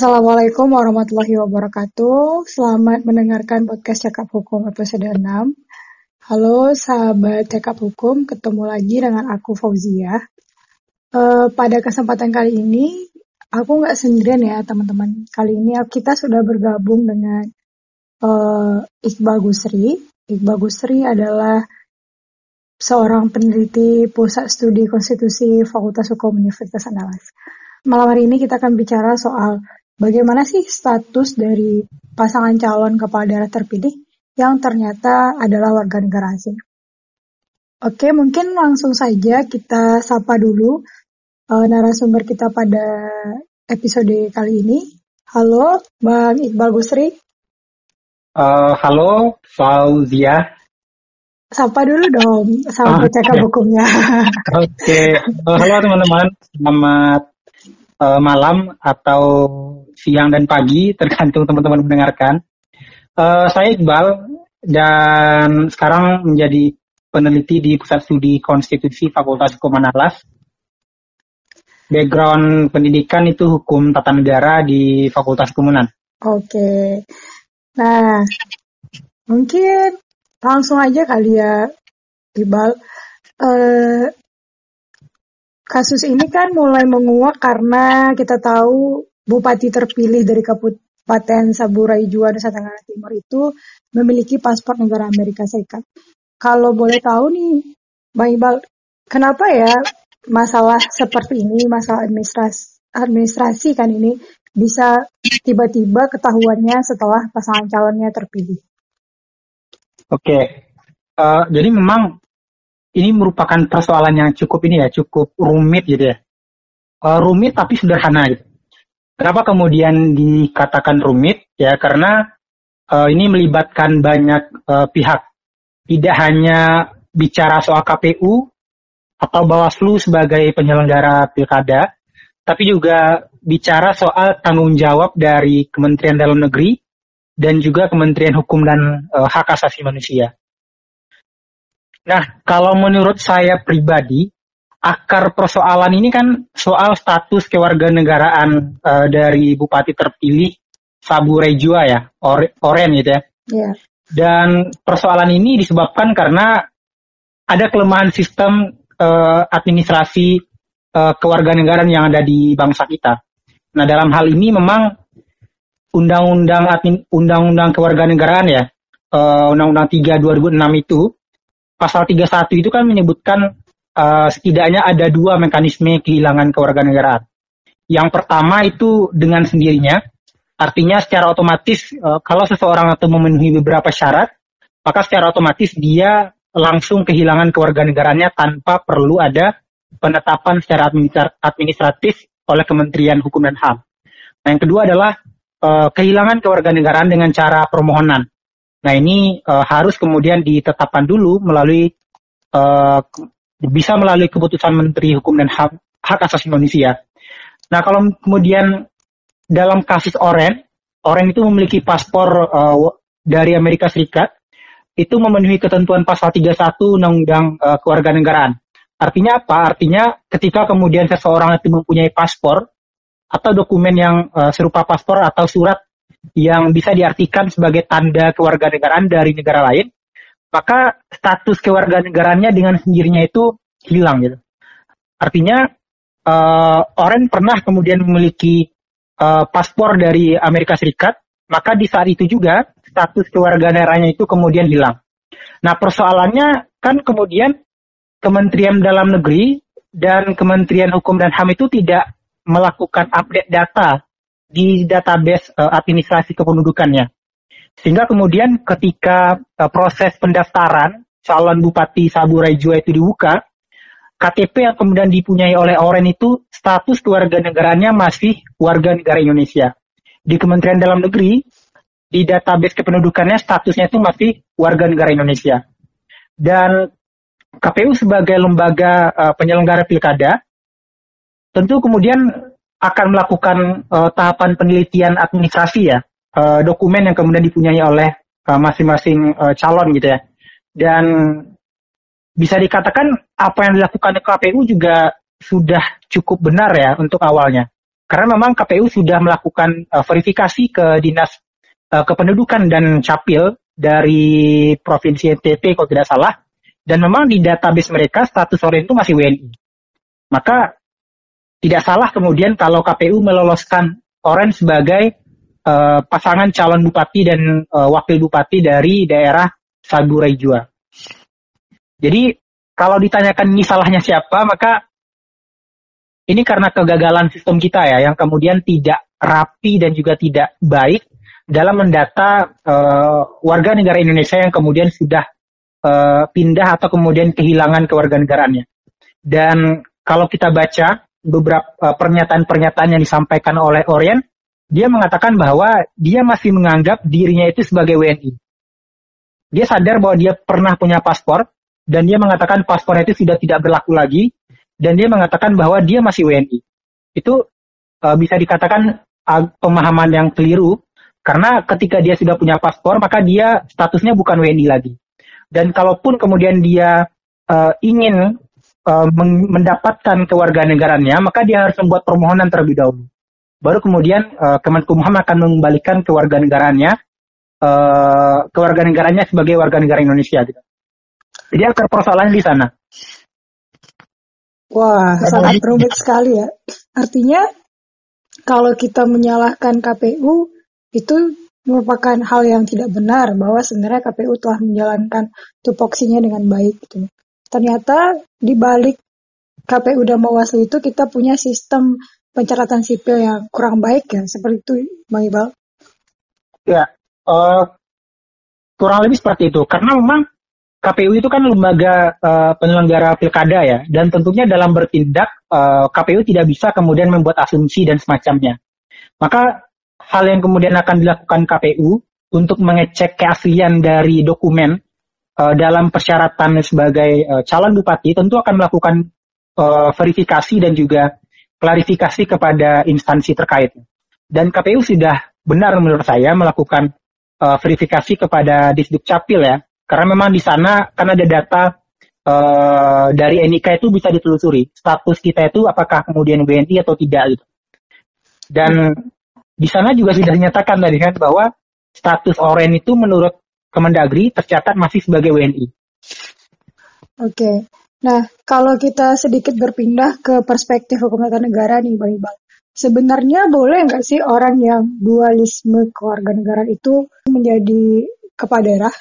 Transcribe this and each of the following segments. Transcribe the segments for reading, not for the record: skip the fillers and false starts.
Assalamualaikum warahmatullahi wabarakatuh. Selamat mendengarkan podcast Cakap Hukum episode 6. Halo sahabat Cakap Hukum, ketemu lagi dengan aku Fauzia. Pada kesempatan kali ini, aku nggak sendirian ya teman-teman. Kali ini kita sudah bergabung dengan Iqbal Gusri. Iqbal Gusri adalah seorang peneliti Pusat Studi Konstitusi Fakultas Hukum Universitas Andalas. Malam hari ini kita akan bicara soal bagaimana sih status dari pasangan calon kepala daerah terpilih yang ternyata adalah warga negara asing. Oke, mungkin langsung saja kita sapa dulu narasumber kita pada episode kali ini. Halo, Bang Iqbal Gusri. Halo, Fauzia. Sapa dulu dong, sama Cakap Hukumnya. Oke. Halo teman-teman, selamat malam atau siang dan pagi, tergantung teman-teman mendengarkan. Saya Iqbal dan sekarang menjadi peneliti di Pusat Studi Konstitusi Fakultas Hukum Andalas. Background pendidikan itu hukum tata negara di Fakultas Hukum Unan. Oke. Nah, mungkin langsung aja kali ya, Iqbal. Kasus ini kan mulai menguak karena kita tahu bupati terpilih dari Kabupaten Saburai Jua, Nusa Tenggara Timur itu memiliki paspor negara Amerika Serikat. Kalau boleh tahu nih, Bang Iqbal, kenapa ya masalah seperti ini, masalah administrasi kan ini bisa tiba-tiba ketahuannya setelah pasangan calonnya terpilih? Oke. Jadi memang ini merupakan persoalan yang cukup rumit gitu ya. Rumit tapi sederhana gitu. Kenapa kemudian dikatakan rumit? Ya karena ini melibatkan banyak pihak. Tidak hanya bicara soal KPU atau Bawaslu sebagai penyelenggara pilkada, tapi juga bicara soal tanggung jawab dari Kementerian Dalam Negeri dan juga Kementerian Hukum dan Hak Asasi Manusia. Nah, kalau menurut saya pribadi, akar persoalan ini kan soal status kewarganegaraan dari bupati terpilih Saburai Jua ya, Oren gitu ya. Yeah. Dan persoalan ini disebabkan karena ada kelemahan sistem administrasi kewarganegaraan yang ada di bangsa kita. Nah, dalam hal ini memang Undang-Undang Kewarganegaraan ya, Undang-Undang 3 2006 itu Pasal 31 itu kan menyebutkan setidaknya ada dua mekanisme kehilangan kewarganegaraan. Yang pertama itu dengan sendirinya, artinya secara otomatis kalau seseorang itu memenuhi beberapa syarat, maka secara otomatis dia langsung kehilangan kewarganegaraannya tanpa perlu ada penetapan secara administratif oleh Kementerian Hukum dan HAM. Nah, yang kedua adalah kehilangan kewarganegaraan dengan cara permohonan. Nah, ini harus kemudian ditetapkan dulu bisa melalui keputusan Menteri Hukum dan Hak Asasi Manusia. Nah, kalau kemudian dalam kasus Oren itu memiliki paspor dari Amerika Serikat, itu memenuhi ketentuan pasal 31 Undang-Undang Kewarganegaraan. Artinya apa? Artinya ketika kemudian seseorang itu mempunyai paspor atau dokumen yang serupa paspor atau surat yang bisa diartikan sebagai tanda kewarganegaraan dari negara lain, maka status kewarganegaraannya dengan sendirinya itu hilang gitu. Artinya Oren pernah kemudian memiliki paspor dari Amerika Serikat, maka di saat itu juga status kewarganegaraannya itu kemudian hilang. Nah, persoalannya kan kemudian Kementerian Dalam Negeri dan Kementerian Hukum dan HAM itu tidak melakukan update data di database administrasi kependudukannya. Sehingga kemudian ketika proses pendaftaran calon Bupati Saburai Jua itu dibuka, KTP yang kemudian dipunyai oleh Oren itu status kewarganegaraannya masih warga negara Indonesia. Di Kementerian Dalam Negeri, di database kependudukannya statusnya itu masih warga negara Indonesia. Dan KPU sebagai lembaga penyelenggara pilkada, tentu kemudian akan melakukan tahapan penelitian administrasi ya, dokumen yang kemudian dipunyai oleh masing-masing calon gitu ya. Dan bisa dikatakan apa yang dilakukan KPU juga sudah cukup benar ya untuk awalnya. karena memang KPU sudah melakukan verifikasi ke Dinas Kependudukan dan Capil dari Provinsi NTT kalau tidak salah, dan memang di database mereka status Oren itu masih WNI. Maka tidak salah kemudian kalau KPU meloloskan Oren sebagai pasangan calon bupati dan wakil bupati dari daerah Saburai Jua. Jadi kalau ditanyakan ini salahnya siapa, maka ini karena kegagalan sistem kita ya, yang kemudian tidak rapi dan juga tidak baik dalam mendata warga negara Indonesia yang kemudian sudah pindah atau kemudian kehilangan kewarganegaraannya. Dan kalau kita baca beberapa pernyataan-pernyataan yang disampaikan oleh Oren, dia mengatakan bahwa dia masih menganggap dirinya itu sebagai WNI. Dia sadar bahwa dia pernah punya paspor, dan dia mengatakan paspor itu sudah tidak berlaku lagi, dan dia mengatakan bahwa dia masih WNI. Itu bisa dikatakan pemahaman yang keliru, karena ketika dia sudah punya paspor, maka dia statusnya bukan WNI lagi. Dan kalaupun kemudian dia ingin mendapatkan kewarganegaraannya, maka dia harus membuat permohonan terlebih dahulu. Baru kemudian Kemenkumham akan mengembalikan kewarganegaraannya sebagai warga negara Indonesia gitu. Jadi akar persoalannya di sana. Wah, sangat rumit sekali ya. Artinya kalau kita menyalahkan KPU itu merupakan hal yang tidak benar, bahwa sebenarnya KPU telah menjalankan tupoksinya dengan baik gitu. Ternyata di balik KPU dan Bawaslu itu kita punya sistem pencatatan sipil yang kurang baik ya, seperti itu Bang Iqbal? Ya, kurang lebih seperti itu. Karena memang KPU itu kan lembaga penyelenggara pilkada ya, dan tentunya dalam bertindak KPU tidak bisa kemudian membuat asumsi dan semacamnya. Maka hal yang kemudian akan dilakukan KPU untuk mengecek keaslian dari dokumen dalam persyaratan sebagai calon bupati tentu akan melakukan verifikasi dan juga klarifikasi kepada instansi terkait. Dan KPU sudah benar menurut saya melakukan verifikasi kepada Disduk Capil ya, karena memang di sana kan ada data dari NIK itu bisa ditelusuri status kita itu apakah kemudian WNI atau tidak gitu. Dan di sana juga sudah dinyatakan tadi kan bahwa status Oren itu menurut Kemendagri tercatat masih sebagai WNI. Oke. Nah, kalau kita sedikit berpindah ke perspektif hukum tata negara nih Bang Iqbal. Sebenarnya boleh nggak sih orang yang dualisme kewarganegaraan itu menjadi kepala daerah?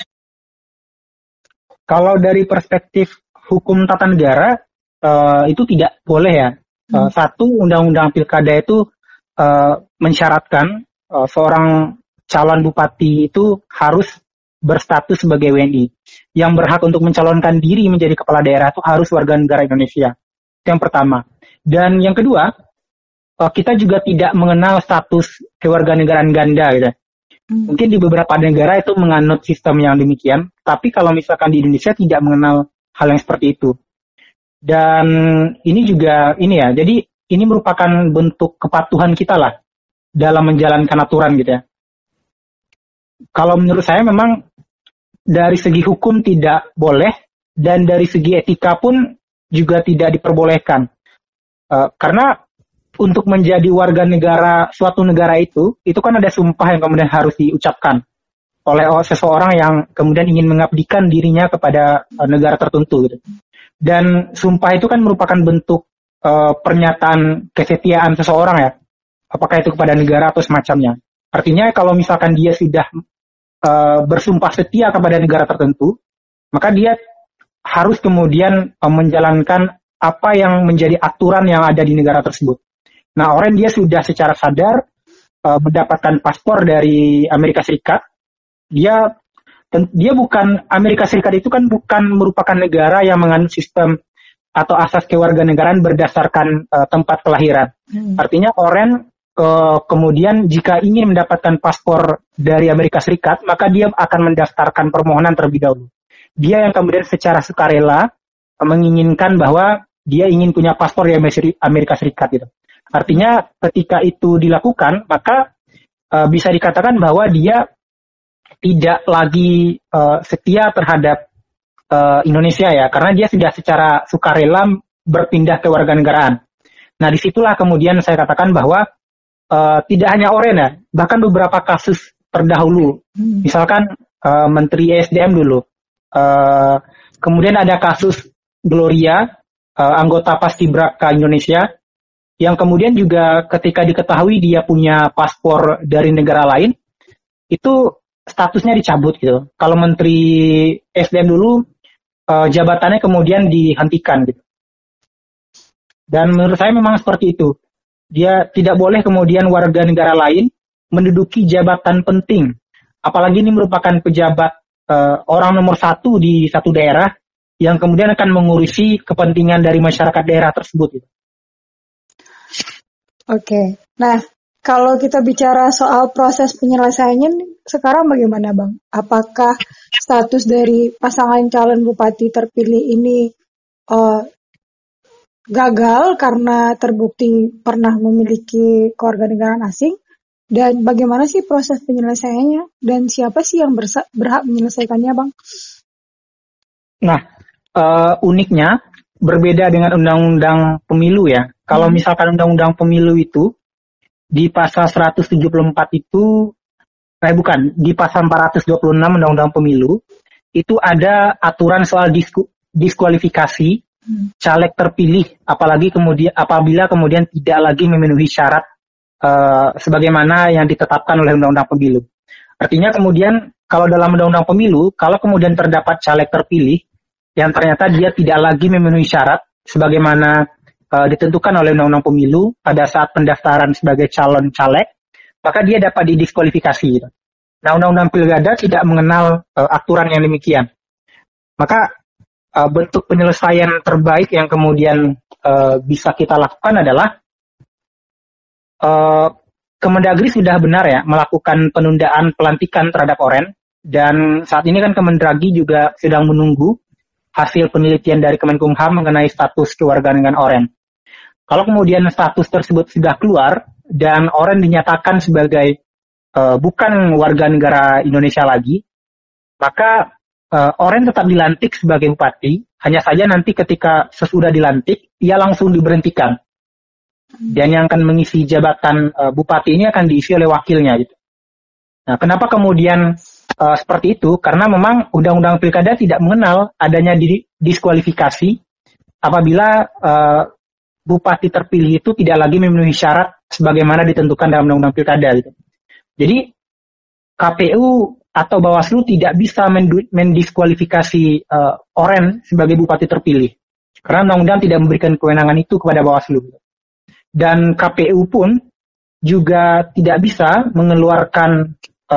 Kalau dari perspektif hukum tata negara itu tidak boleh ya. Satu, undang-undang pilkada itu mensyaratkan seorang calon bupati itu harus berstatus sebagai WNI. Yang berhak untuk mencalonkan diri menjadi kepala daerah itu harus warga negara Indonesia. Itu yang pertama. Dan yang kedua, kita juga tidak mengenal status kewarganegaraan ganda gitu. Mungkin di beberapa negara itu menganut sistem yang demikian, tapi kalau misalkan di Indonesia tidak mengenal hal yang seperti itu. Dan ini juga jadi ini merupakan bentuk kepatuhan kita lah dalam menjalankan aturan gitu ya. Kalau menurut saya memang dari segi hukum tidak boleh, dan dari segi etika pun juga tidak diperbolehkan. Karena untuk menjadi warga negara suatu negara itu kan ada sumpah yang kemudian harus diucapkan oleh seseorang yang kemudian ingin mengabdikan dirinya kepada negara tertentu gitu. Dan sumpah itu kan merupakan bentuk pernyataan kesetiaan seseorang ya, apakah itu kepada negara atau semacamnya. Artinya kalau misalkan dia sudah bersumpah setia kepada negara tertentu, maka dia harus kemudian menjalankan apa yang menjadi aturan yang ada di negara tersebut. Nah, Oren dia sudah secara sadar mendapatkan paspor dari Amerika Serikat. Dia bukan, Amerika Serikat itu kan bukan merupakan negara yang menganut sistem atau asas kewarganegaraan berdasarkan tempat kelahiran. Artinya Oren kemudian jika ingin mendapatkan paspor dari Amerika Serikat, maka dia akan mendaftarkan permohonan terlebih dahulu. Dia yang kemudian secara sukarela menginginkan bahwa dia ingin punya paspor di Amerika Serikat gitu. Artinya ketika itu dilakukan, maka bisa dikatakan bahwa dia tidak lagi setia terhadap Indonesia ya, karena dia sudah secara sukarela berpindah ke warganegaraan. Nah, disitulah kemudian saya katakan bahwa tidak hanya Oren ya, bahkan beberapa kasus terdahulu. Misalkan Menteri ESDM dulu. Kemudian ada kasus Gloria, anggota Paskibraka Indonesia, yang kemudian juga ketika diketahui dia punya paspor dari negara lain, itu statusnya dicabut gitu. Kalau Menteri ESDM dulu, jabatannya kemudian dihentikan gitu. Dan menurut saya memang seperti itu. Dia tidak boleh kemudian warga negara lain menduduki jabatan penting. Apalagi ini merupakan pejabat orang nomor satu di satu daerah yang kemudian akan mengurusi kepentingan dari masyarakat daerah tersebut. Oke. Nah, kalau kita bicara soal proses penyelesaiannya, sekarang bagaimana Bang? Apakah status dari pasangan calon bupati terpilih ini gagal karena terbukti pernah memiliki kewarganegaraan asing? Dan bagaimana sih proses penyelesaiannya? Dan siapa sih yang berhak menyelesaikannya, Bang? Nah, uniknya berbeda dengan undang-undang pemilu ya. Kalau misalkan undang-undang pemilu itu di pasal 174 itu di pasal 426 undang-undang pemilu itu ada aturan soal diskualifikasi caleg terpilih, apabila kemudian tidak lagi memenuhi syarat sebagaimana yang ditetapkan oleh undang-undang pemilu. Artinya kemudian kalau dalam undang-undang pemilu, kalau kemudian terdapat caleg terpilih yang ternyata dia tidak lagi memenuhi syarat sebagaimana ditentukan oleh undang-undang pemilu pada saat pendaftaran sebagai calon caleg, maka dia dapat didiskualifikasi. Nah, undang-undang pilkada tidak mengenal aturan yang demikian. Maka bentuk penyelesaian terbaik yang kemudian bisa kita lakukan adalah Kemendagri sudah benar ya melakukan penundaan pelantikan terhadap Oren, dan saat ini kan Kemendagri juga sedang menunggu hasil penelitian dari Kemenkumham mengenai status kewarganegaraan Oren. Kalau kemudian status tersebut sudah keluar dan Oren dinyatakan sebagai bukan warga negara Indonesia lagi, maka Oren tetap dilantik sebagai bupati, hanya saja nanti ketika sesudah dilantik, ia langsung diberhentikan. Dan yang akan mengisi jabatan bupati ini akan diisi oleh wakilnya. Gitu. Nah, kenapa kemudian seperti itu? Karena memang Undang-Undang Pilkada tidak mengenal adanya diskualifikasi apabila bupati terpilih itu tidak lagi memenuhi syarat sebagaimana ditentukan dalam Undang-Undang Pilkada. Gitu. Jadi KPU atau Bawaslu tidak bisa mendiskualifikasi Oren sebagai bupati terpilih. Karena undang-undang tidak memberikan kewenangan itu kepada Bawaslu. Dan KPU pun juga tidak bisa mengeluarkan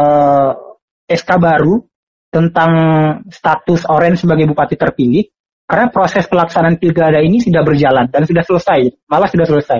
SK baru tentang status Oren sebagai bupati terpilih, karena proses pelaksanaan pilkada ini sudah berjalan dan sudah selesai, malah sudah selesai.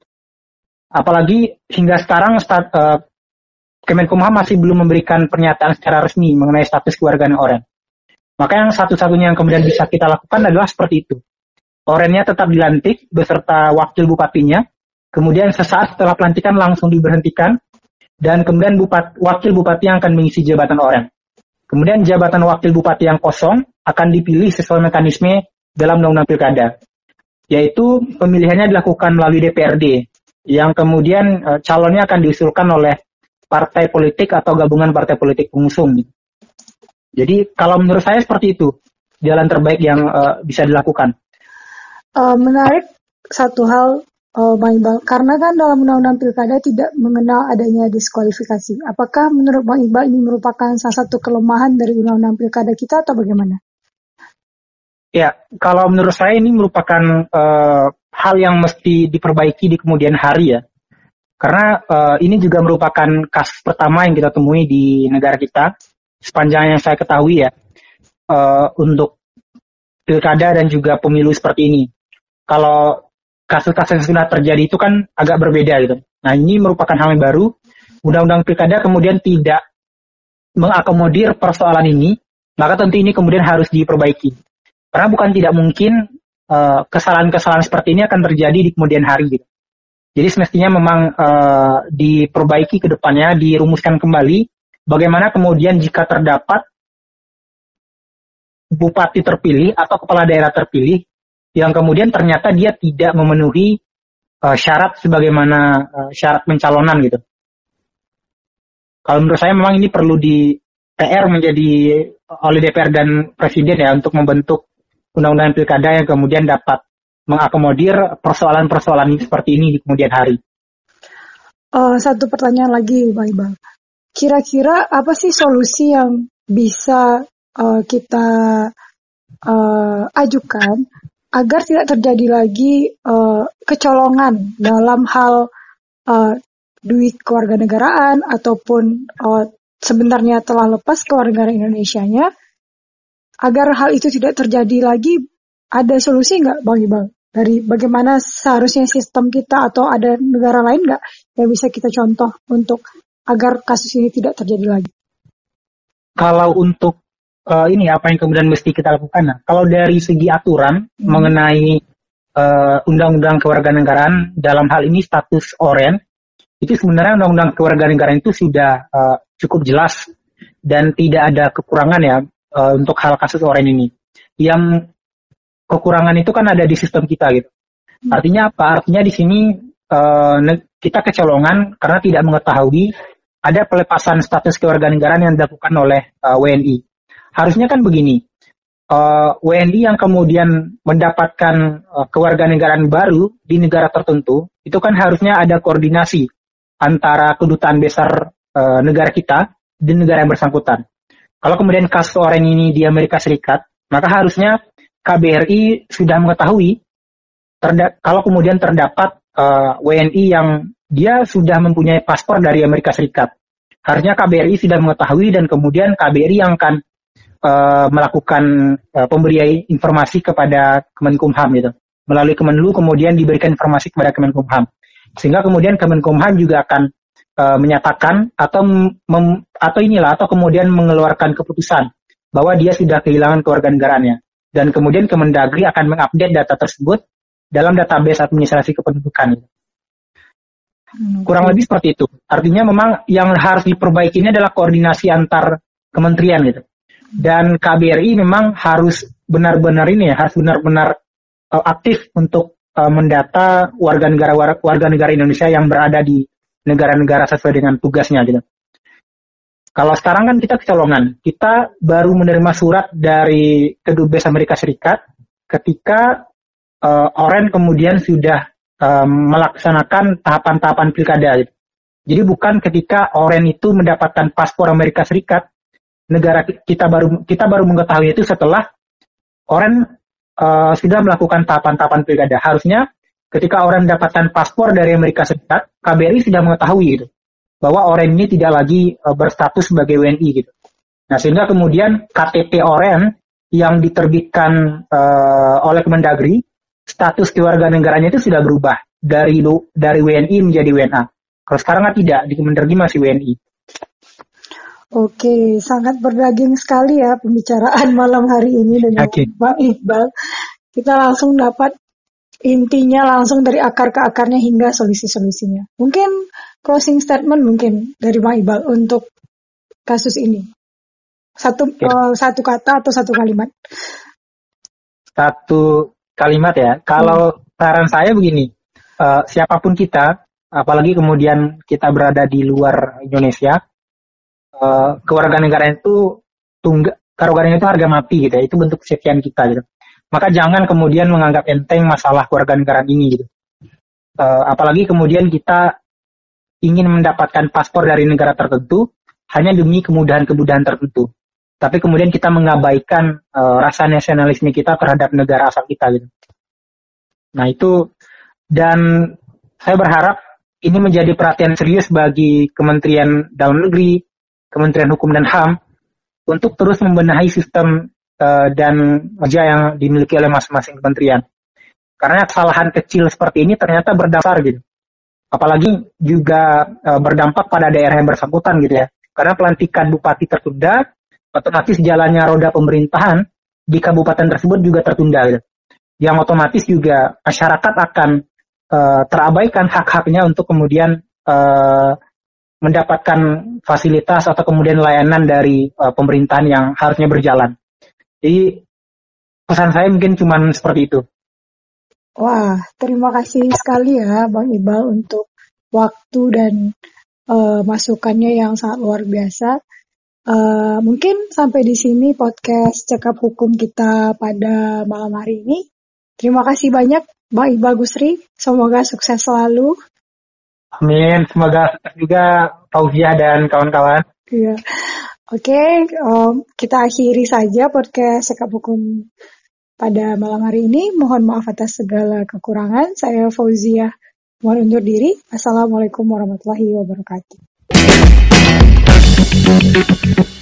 Apalagi hingga sekarang Kemenkumham masih belum memberikan pernyataan secara resmi mengenai status kewarganegaraan Oren. Maka yang satu-satunya yang kemudian bisa kita lakukan adalah seperti itu. Orennya tetap dilantik beserta wakil bupatinya, kemudian sesaat setelah pelantikan langsung diberhentikan, dan kemudian wakil bupati yang akan mengisi jabatan Oren. Kemudian jabatan wakil bupati yang kosong akan dipilih sesuai mekanisme dalam Undang-Undang Pilkada, yaitu pemilihannya dilakukan melalui DPRD, yang kemudian calonnya akan diusulkan oleh partai politik atau gabungan partai politik pengusung. Jadi kalau menurut saya seperti itu jalan terbaik yang bisa dilakukan. Menarik satu hal, Bang Iqbal, karena kan dalam Undang-Undang Pilkada tidak mengenal adanya diskualifikasi. Apakah menurut Bang Iqbal ini merupakan salah satu kelemahan dari Undang-Undang Pilkada kita atau bagaimana? Ya, kalau menurut saya ini merupakan hal yang mesti diperbaiki di kemudian hari ya. Karena ini juga merupakan kasus pertama yang kita temui di negara kita sepanjang yang saya ketahui ya, untuk pilkada dan juga pemilu seperti ini. Kalau kasus-kasus yang sudah terjadi itu kan agak berbeda gitu. Nah, ini merupakan hal yang baru. Undang-Undang Pilkada kemudian tidak mengakomodir persoalan ini, maka tentu ini kemudian harus diperbaiki. Karena bukan tidak mungkin kesalahan-kesalahan seperti ini akan terjadi di kemudian hari gitu. Jadi semestinya memang diperbaiki ke depannya, dirumuskan kembali bagaimana kemudian jika terdapat bupati terpilih atau kepala daerah terpilih yang kemudian ternyata dia tidak memenuhi syarat sebagaimana syarat pencalonan gitu. Kalau menurut saya memang ini perlu di PR menjadi oleh DPR dan Presiden ya untuk membentuk undang-undang pilkada yang kemudian dapat mengakomodir persoalan-persoalan seperti ini di kemudian hari. Satu pertanyaan lagi, Bang Iqbal. Kira-kira apa sih solusi yang bisa kita ajukan agar tidak terjadi lagi kecolongan dalam hal duit kewarganegaraan ataupun sebenarnya telah lepas kewarganegaraan Indonesianya, agar hal itu tidak terjadi lagi? Ada solusi nggak, Bang Iqbal? Dari bagaimana seharusnya sistem kita atau ada negara lain nggak yang bisa kita contoh untuk agar kasus ini tidak terjadi lagi? Kalau untuk ini apa yang kemudian mesti kita lakukan? Nah, kalau dari segi aturan mengenai undang-undang kewarganegaraan dalam hal ini status oranye, itu sebenarnya undang-undang kewarganegaraan itu sudah cukup jelas dan tidak ada kekurangan ya untuk hal kasus oranye ini. Yang kekurangan itu kan ada di sistem kita gitu. Artinya apa? Artinya di sini kita kecolongan karena tidak mengetahui ada pelepasan status kewarganegaraan yang dilakukan oleh WNI. Harusnya kan begini, WNI yang kemudian mendapatkan kewarganegaraan baru di negara tertentu, itu kan harusnya ada koordinasi antara kedutaan besar negara kita dan negara yang bersangkutan. Kalau kemudian kasus oranye ini di Amerika Serikat, maka harusnya KBRI sudah mengetahui kalau kemudian terdapat WNI yang dia sudah mempunyai paspor dari Amerika Serikat. Harusnya KBRI sudah mengetahui dan kemudian KBRI yang akan melakukan pemberian informasi kepada Kemenkumham gitu. Melalui Kemenlu kemudian diberikan informasi kepada Kemenkumham. Sehingga kemudian Kemenkumham juga akan menyatakan atau kemudian mengeluarkan keputusan bahwa dia sudah kehilangan kewarganegaraannya. Dan kemudian Kemendagri akan mengupdate data tersebut dalam database administrasi kependudukan. Kurang lebih seperti itu. Artinya memang yang harus diperbaiki ini adalah koordinasi antar kementerian gitu. Dan KBRI memang harus benar-benar aktif untuk mendata warga negara Indonesia yang berada di negara-negara sesuai dengan tugasnya gitu. Kalau sekarang kan kita kecolongan, kita baru menerima surat dari Kedubes Amerika Serikat ketika Oren kemudian sudah melaksanakan tahapan-tahapan pilkada. Gitu. Jadi bukan ketika Oren itu mendapatkan paspor Amerika Serikat, negara kita baru mengetahui itu setelah Oren sudah melakukan tahapan-tahapan pilkada. Harusnya ketika Oren mendapatkan paspor dari Amerika Serikat, KBRI sudah mengetahui gitu, bahwa Oren ini tidak lagi berstatus sebagai WNI gitu. Nah sehingga kemudian KTP Oren yang diterbitkan oleh Kemendagri, status kewarganegaranya itu sudah berubah dari WNI menjadi WNA. Kalau sekarang kan tidak, di Kemendagri masih WNI. Oke, sangat berdaging sekali ya pembicaraan malam hari ini dengan Bang Iqbal. Kita langsung dapat intinya langsung dari akar ke akarnya hingga solusi-solusinya. Mungkin closing statement mungkin dari Bang Iqbal untuk kasus ini. Satu kata atau satu kalimat. Satu kalimat ya. Kalau saran saya begini, siapapun kita, apalagi kemudian kita berada di luar Indonesia, kewarganegaraan itu kewarganegaraan itu harga mati gitu ya. Itu bentuk kesetiaan kita gitu. Maka jangan kemudian menganggap enteng masalah kewarganegaraan ini gitu. Apalagi kemudian kita ingin mendapatkan paspor dari negara tertentu hanya demi kemudahan-kemudahan tertentu. Tapi kemudian kita mengabaikan rasa nasionalisme kita terhadap negara asal kita gitu. Nah itu, dan saya berharap ini menjadi perhatian serius bagi Kementerian Dalam Negeri, Kementerian Hukum dan HAM untuk terus membenahi sistem dan kerja yang dimiliki oleh masing-masing kementerian. Karena kesalahan kecil seperti ini ternyata berdasar gitu. Apalagi juga berdampak pada daerah yang bersangkutan gitu ya. Karena pelantikan bupati tertunda, otomatis jalannya roda pemerintahan di kabupaten tersebut juga tertunda gitu. Yang otomatis juga masyarakat akan terabaikan hak-haknya untuk kemudian mendapatkan fasilitas atau kemudian layanan dari pemerintahan yang harusnya berjalan. Jadi pesan saya mungkin cuma seperti itu. Wah, terima kasih sekali ya Bang Ibal untuk waktu dan masukannya yang sangat luar biasa. Mungkin sampai di sini podcast Cekap Hukum kita pada malam hari ini. Terima kasih banyak Bang Ibal Gusri. Semoga sukses selalu. Amin. Semoga sukses juga Fauziah dan kawan-kawan. Iya. Oke, kita akhiri saja podcast Cekap Hukum pada malam hari ini. Mohon maaf atas segala kekurangan. Saya Fauziah mohon undur diri. Assalamualaikum warahmatullahi wabarakatuh.